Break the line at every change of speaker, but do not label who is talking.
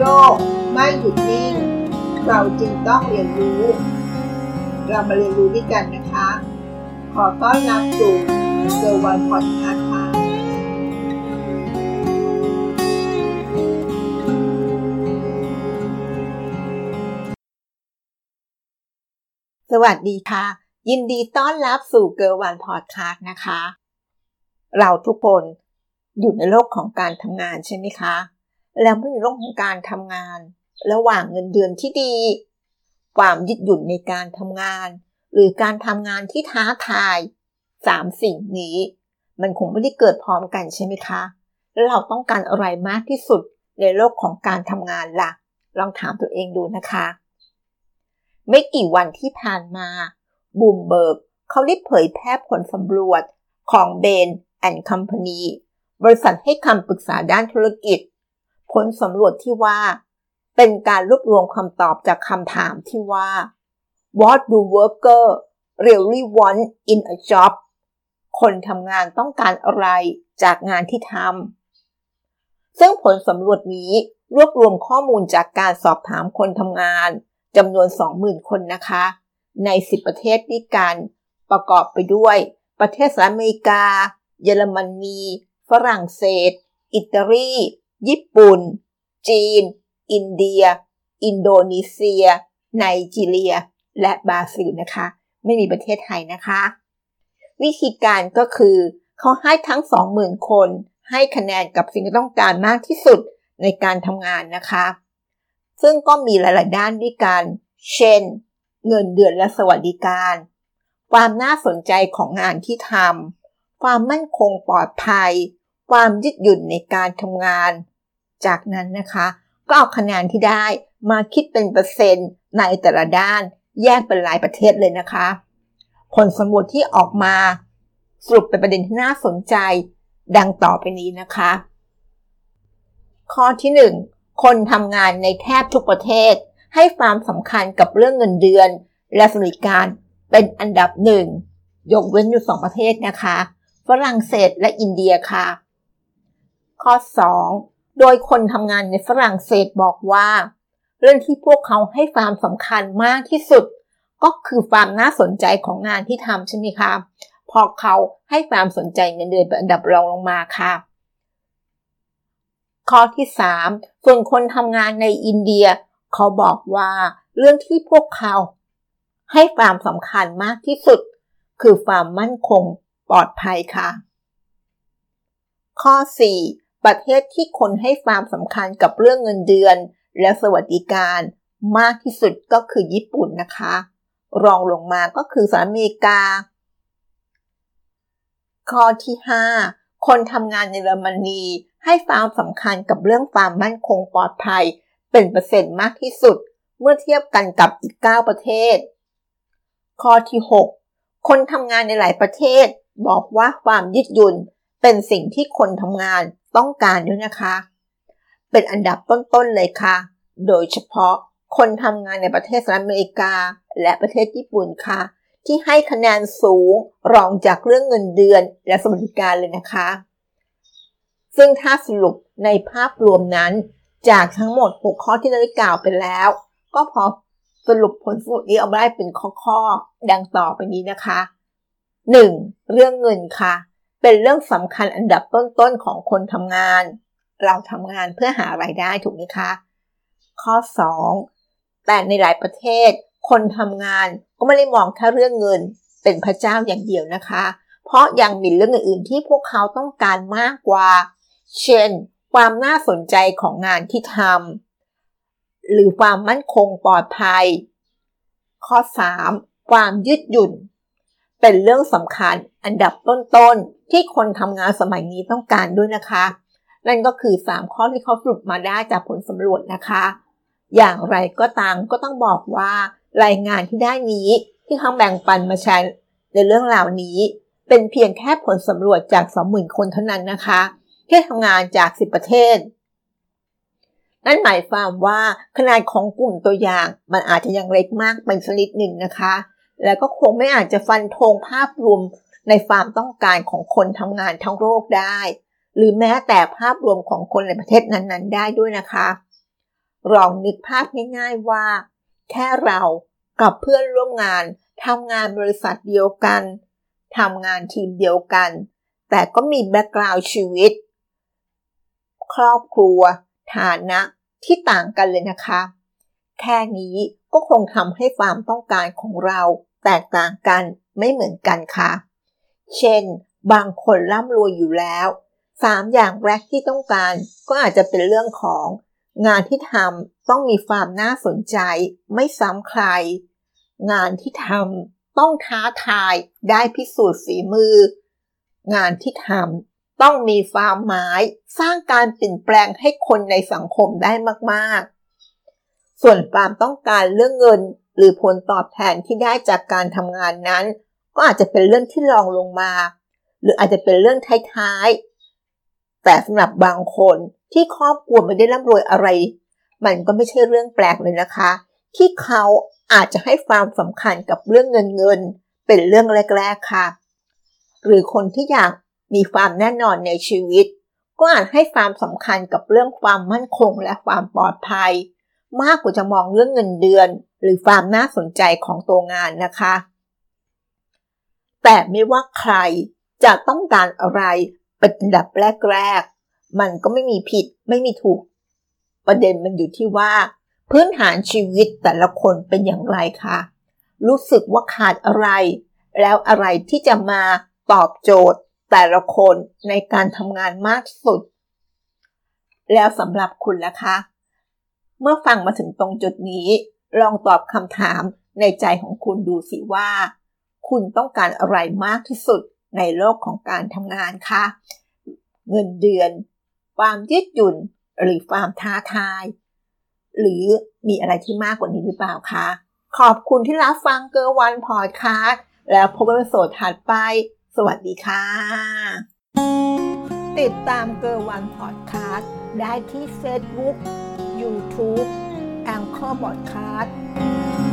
กไม่หยุดนิ่งเราจึงต้องเรียนรู้เรามาเรียนรู้ด้วยกันนะคะขอต้อนรับสู่เซอร์วันพอดคาสต์ค่ะสวัสดีค่ะยินดีต้อนรับสู่เกิร์ลวันพอดคาสต์นะคะเราทุกคนอยู่ในโลกของการทำงานใช่ไหมคะแล้วเมื่อในโลกของการทำงานระหว่างเงินเดือนที่ดีความยืดหยุ่นในการทำงานหรือการทำงานที่ท้าทาย3สิ่งนี้มันคงไม่ได้เกิดพร้อมกันใช่ไหมคะแล้วเราต้องการอะไรมากที่สุดในโลกของการทำงานล่ะลองถามตัวเองดูนะคะไม่กี่วันที่ผ่านมาบูมเบิร์กเขาได้เผยแพร่ผลสำรวจของ Bain & Company บริษัทให้คำปรึกษาด้านธุรกิจผลสำรวจที่ว่าเป็นการรวบรวมคำตอบจากคำถามที่ว่า What do workers really want in a job คนทำงานต้องการอะไรจากงานที่ทำซึ่งผลสำรวจนี้รวบรวมข้อมูลจากการสอบถามคนทำงานจำนวน 20,000 คนนะคะใน10ประเทศด้วยกันประกอบไปด้วยประเทศสหรัฐอเมริกาเยอรมนีฝรั่งเศสอิตาลีญี่ปุ่นจีนอินเดียอินโดนีเซียไนจีเรียและบราซิลนะคะไม่มีประเทศไทยนะคะวิธีการก็คือเขาให้ทั้ง 20,000 คนให้คะแนนกับสิ่งที่ต้องการมากที่สุดในการทำงานนะคะซึ่งก็มีหลายๆด้านด้วยกันเช่นเงินเดือนและสวัสดิการความน่าสนใจของงานที่ทำความมั่นคงปลอดภัยความยืดหยุ่นในการทำงานจากนั้นนะคะก็เอาคะแนนที่ได้มาคิดเป็นเปอร์เซ็นต์ในแต่ละด้านแยกเป็นรายประเทศเลยนะคะผลสำรวจที่ออกมาสรุปเป็นประเด็นที่น่าสนใจดังต่อไปนี้นะคะข้อที่ 1 คนทำงานในแทบทุกประเทศให้ความสำคัญกับเรื่องเงินเดือนและสวัสดิการเป็นอันดับ1ยกเว้นอยู่2ประเทศนะคะฝรั่งเศสและอินเดียค่ะข้อ2โดยคนทำงานในฝรั่งเศสบอกว่าเรื่องที่พวกเขาให้ความสำคัญมากที่สุดก็คือความน่าสนใจของงานที่ทำใช่ไหมคะพอเขาให้ความสนใจเงินเดือนเป็นอันดับรองลงมาค่ะข้อที่3ส่วนคนทำงานในอินเดียเขาบอกว่าเรื่องที่พวกเขาให้ความสำคัญมากที่สุดคือความมั่นคงปลอดภัยค่ะข้อ4ประเทศที่คนให้ความสำคัญกับเรื่องเงินเดือนและสวัสดิการมากที่สุดก็คือญี่ปุ่นนะคะรองลงมาก็คือสหรัฐอเมริกาข้อที่5คนทำงานในเยอรมนีให้ความสำคัญกับเรื่องความมั่นคงปลอดภัยเป็นเปอร์เซ็นต์มากที่สุดเมื่อเทียบกันกับอีก9ประเทศข้อที่6คนทำงานในหลายประเทศบอกว่าความยืดหยุ่นเป็นสิ่งที่คนทำงานต้องการด้วยนะคะเป็นอันดับต้นๆเลยค่ะโดยเฉพาะคนทำงานในประเทศสหรัฐอเมริกาและประเทศญี่ปุ่นค่ะที่ให้คะแนนสูงรองจากเรื่องเงินเดือนและสวัสดิการเลยนะคะซึ่งถ้าสรุปในภาพรวมนั้นจากทั้งหมด6ข้อที่ได้กล่าวไปแล้วก็พอสรุปผลสรุปนี้เอาได้เป็นข้อดังต่อไปนี้นะคะ 1. เรื่องเงินค่ะเป็นเรื่องสำคัญอันดับต้นๆของคนทำงานเราทำงานเพื่อหารายได้ถูกไหมคะข้อ2แต่ในหลายประเทศคนทำงานก็ไม่ได้มองแค่เรื่องเงินเป็นพระเจ้าอย่างเดียวนะคะเพราะยังมีเรื่องอื่นๆที่พวกเขาต้องการมากกว่าเช่นความน่าสนใจของงานที่ทำหรือความมั่นคงปลอดภัยข้อ3ความยืดหยุ่นเป็นเรื่องสำคัญอันดับต้นๆที่คนทำงานสมัยนี้ต้องการด้วยนะคะนั่นก็คือ3ข้อที่เขาสรุปมาได้จากผลสำรวจนะคะอย่างไรก็ตามก็ต้องบอกว่ารายงานที่ได้นี้ที่เขาแบ่งปันมาแชร์ในเรื่องราวนี้เป็นเพียงแค่ผลสำรวจจาก 20,000 คนเท่านั้นนะคะที่ทำงานจาก10ประเทศนั่นหมายความว่าขนาดของกลุ่มตัวอย่างมันอาจจะยังเล็กมากเป็นชนิดหนึ่งนะคะแล้วก็คงไม่อาจจะฟันธงภาพรวมในความต้องการของคนทำงานทั้งโลกได้หรือแม้แต่ภาพรวมของคนในประเทศนั้นๆได้ด้วยนะคะลองนึกภาพง่ายๆว่าแค่เรากับเพื่อนร่วมงานทำงานบริษัทเดียวกันทำงานทีมเดียวกันแต่ก็มีแบ็คกราวด์ชีวิตครอบครัวฐานะที่ต่างกันเลยนะคะแค่นี้ก็คงทำให้ความต้องการของเราแตกต่างกันไม่เหมือนกันค่ะเช่นบางคนร่ำรวยอยู่แล้ว3อย่างแรกที่ต้องการก็อาจจะเป็นเรื่องของงานที่ทำต้องมีความน่าสนใจไม่ซ้ำใครงานที่ทำต้องท้าทายได้พิสูจน์ฝีมืองานที่ทำต้องมีความหมายสร้างการเปลี่ยนแปลงให้คนในสังคมได้มากๆส่วนความต้องการเรื่องเงินหรือผลตอบแทนที่ได้จากการทำงานนั้นก็อาจจะเป็นเรื่องที่รองลงมาหรืออาจจะเป็นเรื่องท้ายๆแต่สำหรับบางคนที่ครอบครัวไม่ได้ร่ำรวยอะไรมันก็ไม่ใช่เรื่องแปลกเลยนะคะที่เขาอาจจะให้ความสำคัญกับเรื่องเงินเป็นเรื่องแรกๆค่ะหรือคนที่อยากมีความแน่นอนในชีวิตก็อาจให้ความสำคัญกับเรื่องความมั่นคงและความปลอดภัยมากกว่าจะมองเรื่องเงินเดือนหรือความน่าสนใจของตัวงานนะคะแต่ไม่ว่าใครจะต้องการอะไรเป็นอันดับแรกๆมันก็ไม่มีผิดไม่มีถูกประเด็นมันอยู่ที่ว่าพื้นฐานชีวิตแต่ละคนเป็นอย่างไรคะรู้สึกว่าขาดอะไรแล้วอะไรที่จะมาตอบโจทย์แต่ละคนในการทำงานมากที่สุดแล้วสำหรับคุณล่ะคะเมื่อฟังมาถึงตรงจุดนี้ลองตอบคำถามในใจของคุณดูสิว่าคุณต้องการอะไรมากที่สุดในโลกของการทำงานคะเงินเดือนความยืดหยุ่นหรือความท้าทายหรือมีอะไรที่มากกว่านี้หรือเปล่าคะขอบคุณที่รับฟังเกอร์วันพอดคาสต์แล้วพบกันในตอนถัดไปสวัสดีค่ะติดตามเกอร์วันพอดคาสต์ได้ที่ Facebook YouTube Anchor Podcast